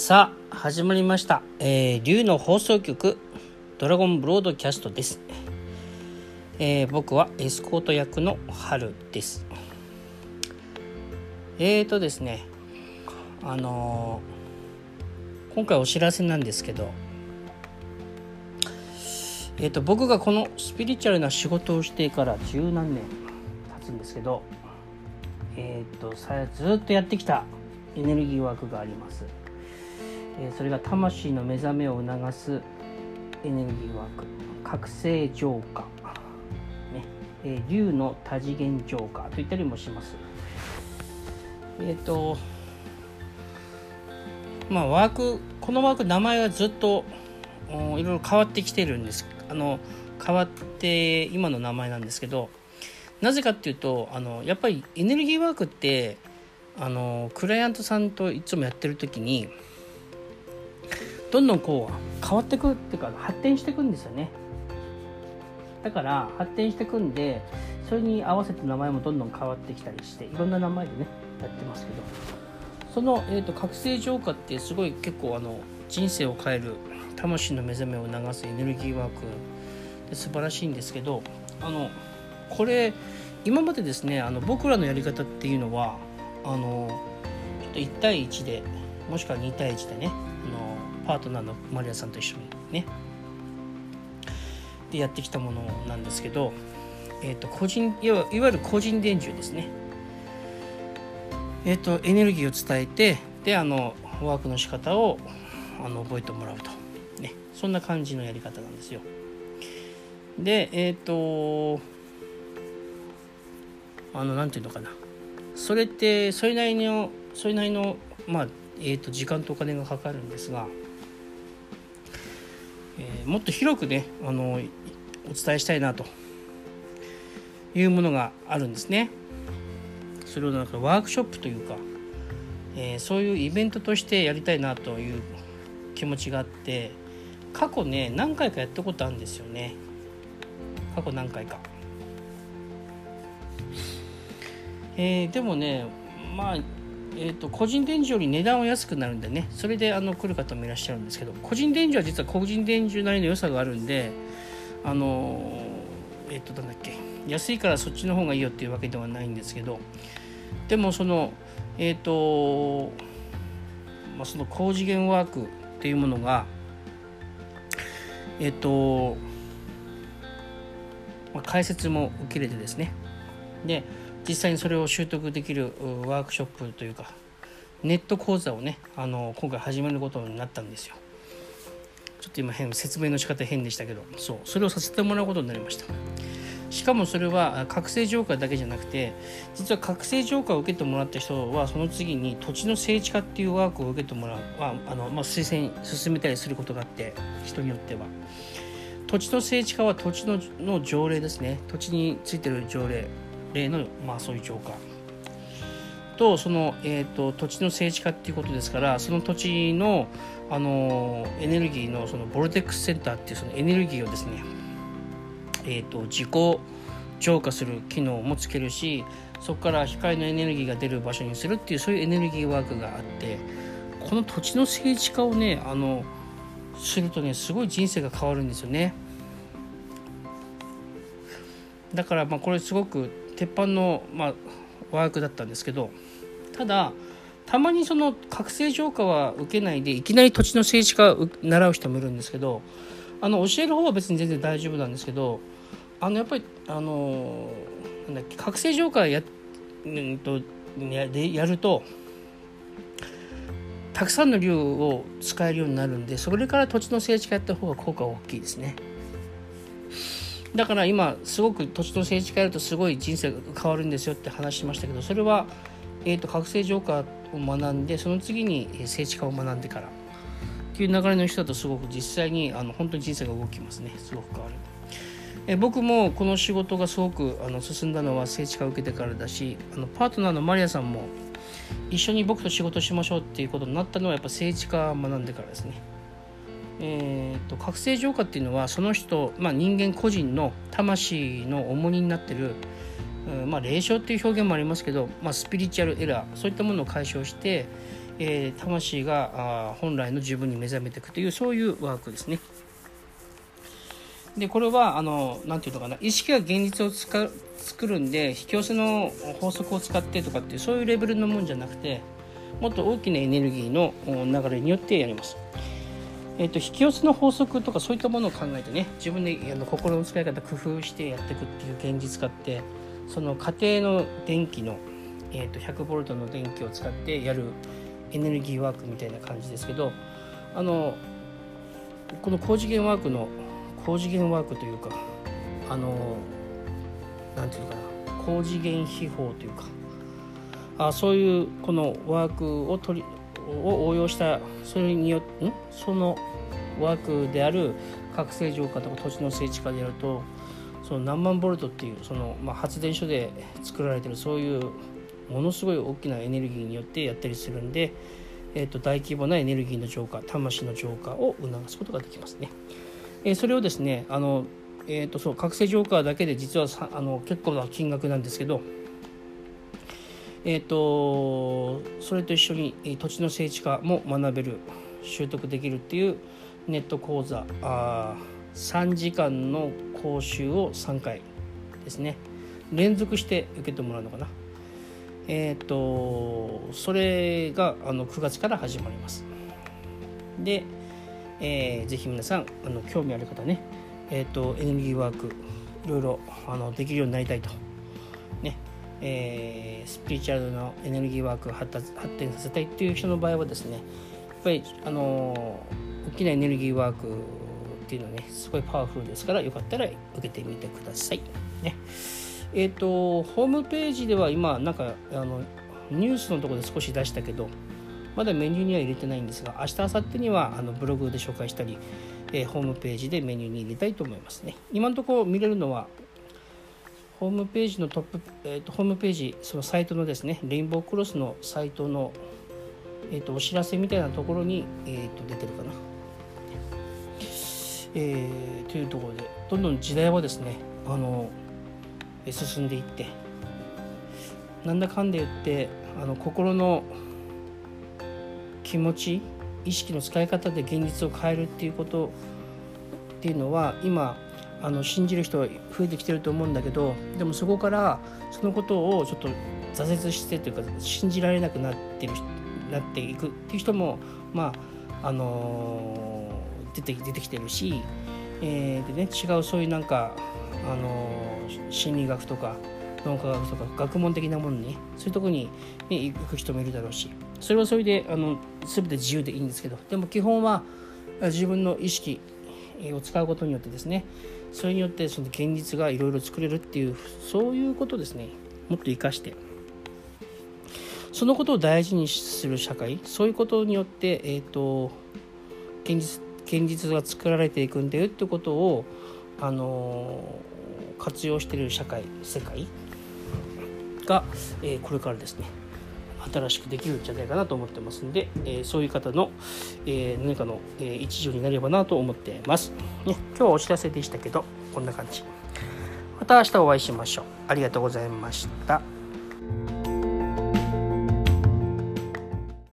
さあ始まりました、龍の放送局ドラゴンブロードキャストです。僕はエスコート役の春です。ですね今回お知らせなんですけど、僕がこのスピリチュアルな仕事をしてから十何年経つんですけど、ずっとやってきたエネルギーワークがあります。それが魂の目覚めを促すエネルギーワーク、覚醒浄化、龍の多次元浄化といったりもします。このワーク名前はずっといろいろ変わってきてるんです。変わって今の名前なんですけど、なぜかっていうとやっぱりエネルギーワークってクライアントさんといつもやってる時にどんどん変わっていくっていうか発展していくんですよね。だから発展していくんで、それに合わせて名前もどんどん変わってきたりして、いろんな名前でねやってますけど、その、覚醒浄化ってすごい結構人生を変える魂の目覚めを促すエネルギーワークで素晴らしいんですけど、これ今までですね僕らのやり方っていうのはちょっと1対1でもしくは2対1でねパートナーのマリアさんと一緒にねでやってきたものなんですけど、いわゆる個人伝授ですね。エネルギーを伝えて、でワークの仕方を覚えてもらうとね、そんな感じのやり方なんですよ。でなんていうのかな、それってそれなりの時間とお金がかかるんですが、もっと広くねお伝えしたいなというものがあるんですね。それをワークショップというか、そういうイベントとしてやりたいなという気持ちがあって、過去ね何回かやったことあるんですよね。過去何回か、でもね個人伝授より値段は安くなるんでね、それで来る方もいらっしゃるんですけど、個人伝授は実は個人伝授なりの良さがあるんで、なんだっけ、安いからそっちの方がいいよっていうわけではないんですけど、でもその高次元ワークっていうものが解説も受け入れてですね、で実際にそれを習得できるワークショップというかネット講座をね今回始めることになったんですよ。ちょっと今説明の仕方変でしたけど、それをさせてもらうことになりました。しかもそれは覚醒浄化だけじゃなくて、実は覚醒浄化を受けてもらった人はその次に土地の聖地化っていうワークを受けてもらう推薦進めたりすることがあって、人によっては土地の聖地化は土地の条例ですね。土地についてる条例のそういう浄化と、その、土地の聖地化っていうことですから、その土地の、エネルギーのそのボルテックスセンターっていうそのエネルギーをですね、自己浄化する機能もつけるし、そこから光のエネルギーが出る場所にするっていう、そういうエネルギーワークがあって、この土地の聖地化をねするとねすごい人生が変わるんですよね。だからこれすごく鉄板の、ワークだったんですけど、たまにその覚醒浄化は受けないでいきなり土地の聖地化を習う人もいるんですけど、教える方は別に全然大丈夫なんですけど、やっぱり覚醒浄化やるとたくさんの竜を使えるようになるんで、それから土地の聖地化やった方が効果は大きいですね。だから今すごく土地の聖地化やるとすごい人生が変わるんですよって話しましたけど、それは、覚醒浄化を学んで、その次に聖地化を学んでからっていう流れの人だと、すごく実際に本当に人生が動きますね。すごく変わる。僕もこの仕事がすごく進んだのは聖地化を受けてからだし、パートナーのマリアさんも一緒に僕と仕事しましょうっていうことになったのはやっぱ聖地化を学んでからですね。覚醒浄化っていうのはその人、人間個人の魂の重荷になってる、霊障っていう表現もありますけど、スピリチュアルエラー、そういったものを解消して、 魂が本来の自分に目覚めていくという、そういうワークですね。でこれはなんていうのかな、意識が現実を作るんで引き寄せの法則を使ってとかっていう、そういうレベルのもんじゃなくて、もっと大きなエネルギーの流れによってやります。引き寄せの法則とかそういったものを考えてね、自分で心の使い方工夫してやっていくっていう現実化って、その家庭の電気の、100ボルトの電気を使ってやるエネルギーワークみたいな感じですけど、この高次元ワークというか、なんていうかな、高次元秘宝というか、そういうこのワークを応用した、そのワークである覚醒浄化とか土地の聖地化でやると、その何万ボルトっていう発電所で作られている、そういうものすごい大きなエネルギーによってやったりするんで、大規模なエネルギーの浄化、魂の浄化を促すことができますね。それをですね、覚醒浄化だけで実は結構な金額なんですけど、それと一緒に土地の聖地化も学べる、習得できるっていうネット講座、3時間の講習を3回ですね、連続して受けてもらうのかな。それが9月から始まります。で、ぜひ皆さん興味ある方ね、エネルギーワークいろいろできるようになりたいとね、スピリチュアルのエネルギーワークを発展させたいっていう人の場合はですね、やっぱり大きなエネルギーワークっていうのはね、すごいパワフルですから、よかったら受けてみてくださいね。ホームページでは今なんかニュースのところで少し出したけど、まだメニューには入れてないんですが、明日明後日にはブログで紹介したり、ホームページでメニューに入れたいと思いますね。今のところ見れるのはホームページのホームページ、そのサイトのですね、レインボークロスのサイトの、お知らせみたいなところに、出てるかな、というところで、どんどん時代はですね進んでいって、なんだかんで言って心の気持ち、意識の使い方で現実を変えるっていうことっていうのは今信じる人は増えてきてると思うんだけど、でもそこからそのことをちょっと挫折してというか、信じられなくなっていくっていう人も出てきてるし、でね、違うそういうなんか心理学とか脳科学とか学問的なものに、そういうところに、行く人もいるだろうし、それはそれで全て自由でいいんですけど、でも基本は自分の意識を使うことによってですね、それによってその現実がいろいろ作れるっていう、そういうことですね、もっと生かして、そのことを大事にする社会、そういうことによって現実が作られていくんだよってことを活用している世界が、これからですね新しくできるんじゃないかなと思ってますので、そういう方の、何かの、一助になればなと思っています、ね。今日はお知らせでしたけど、こんな感じ。また明日お会いしましょう。ありがとうございました。